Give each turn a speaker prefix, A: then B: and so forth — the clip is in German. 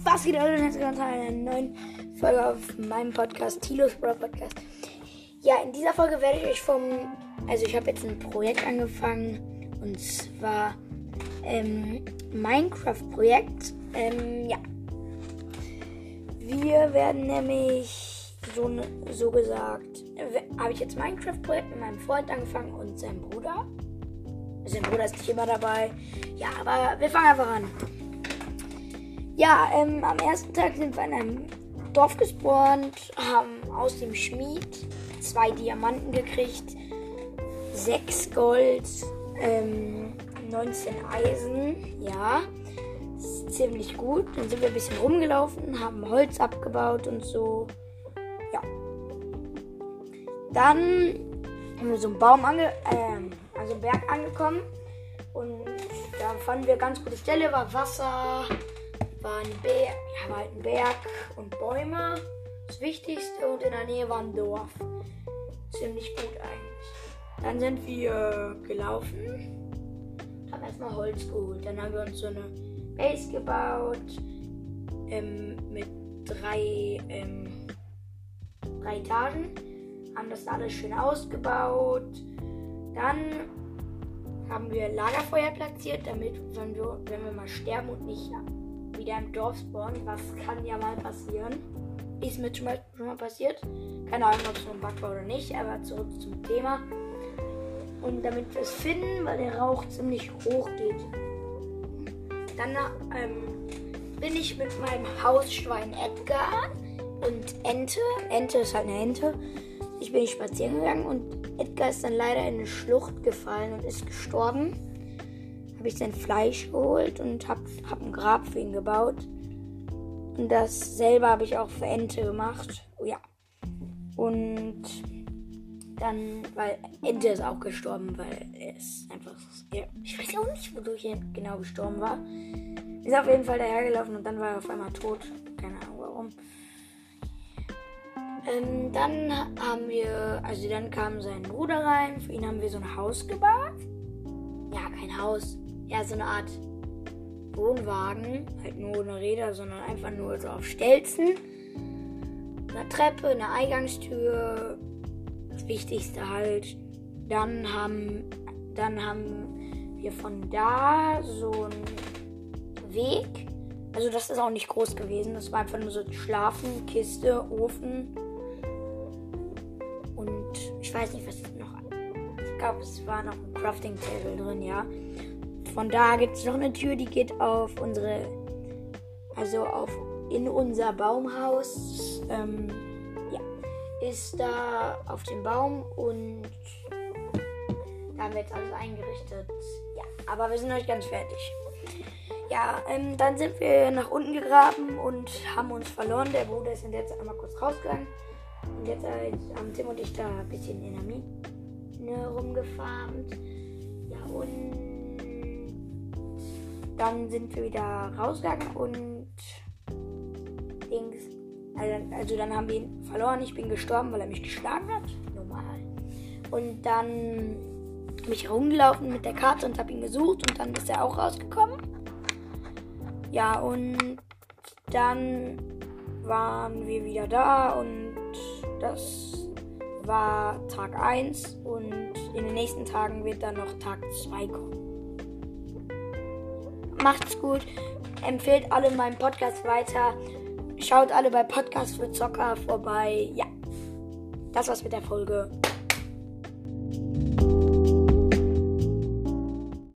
A: Was geht heute in einer neuen Folge auf meinem Podcast, Tilos Brawl Podcast. Ja, in dieser Folge werde ich euch ich habe jetzt ein Projekt angefangen, und zwar Minecraft-Projekt. Wir werden nämlich habe ich jetzt Minecraft-Projekt mit meinem Freund angefangen und seinem Bruder. Sein Bruder ist nicht immer dabei. Ja, aber wir fangen einfach an. Ja, am ersten Tag sind wir in einem Dorf gespawnt, haben aus dem Schmied 2 Diamanten gekriegt, 6 Gold, 19 Eisen, ja, das ist ziemlich gut. Dann sind wir ein bisschen rumgelaufen, haben Holz abgebaut und so, ja. Dann haben wir so einen Berg angekommen und da fanden wir eine ganz gute Stelle, war Wasser, war ein Berg und Bäume, das Wichtigste, und in der Nähe war ein Dorf. Ziemlich gut eigentlich. Dann sind wir gelaufen, haben erstmal Holz geholt, dann haben wir uns so eine Base gebaut mit 3 Etagen, haben das alles schön ausgebaut. Dann haben wir Lagerfeuer platziert, damit, wenn wir mal sterben und nicht wieder im Dorf spawnen, was kann ja mal passieren. Ist mir schon mal passiert. Keine Ahnung, ob es so ein Bug war oder nicht, aber zurück zum Thema. Und damit wir es finden, weil der Rauch ziemlich hoch geht. Dann bin ich mit meinem Hausschwein Edgar und Ente ist halt eine Ente, ich bin spazieren gegangen und Edgar ist dann leider in eine Schlucht gefallen und ist gestorben. Habe ich sein Fleisch geholt und hab ein Grab für ihn gebaut. Und dasselbe habe ich auch für Ente gemacht. Oh ja. Und dann, weil Ente ist auch gestorben, weil er ist einfach... Ich weiß auch nicht, wodurch er genau gestorben war. Ist auf jeden Fall dahergelaufen und dann war er auf einmal tot. Keine Ahnung warum. Dann kam sein Bruder rein. Für ihn haben wir so ein Haus gebaut. Ja, kein Haus. Ja, so eine Art Wohnwagen. Halt nur ohne Räder, sondern einfach nur so auf Stelzen. Eine Treppe, eine Eingangstür. Das Wichtigste halt. Dann haben wir von da so einen Weg. Also das ist auch nicht groß gewesen. Das war einfach nur so Schlafen, Kiste, Ofen. Und ich weiß nicht, was noch. Ich glaube, es war noch ein Crafting Table drin, ja. Von da gibt es noch eine Tür, die geht in unser Baumhaus. Ist da auf dem Baum und da haben wir jetzt alles eingerichtet. Ja, aber wir sind noch nicht ganz fertig. Ja, dann sind wir nach unten gegraben und haben uns verloren. Der Bruder ist in der Zeit einmal kurz rausgegangen. Und jetzt haben Tim und ich da ein bisschen in der Mine rumgefarmt. Ja, und dann sind wir wieder rausgegangen und dann haben wir ihn verloren. Ich bin gestorben, weil er mich geschlagen hat. Normal. Und dann bin ich rumgelaufen mit der Karte und habe ihn gesucht und dann ist er auch rausgekommen. Ja, und dann waren wir wieder da und das war Tag 1 und in den nächsten Tagen wird dann noch Tag 2 kommen. Macht's gut, empfehlt alle meinen Podcast weiter, schaut alle bei Podcast für Zocker vorbei. Ja, das war's mit der Folge.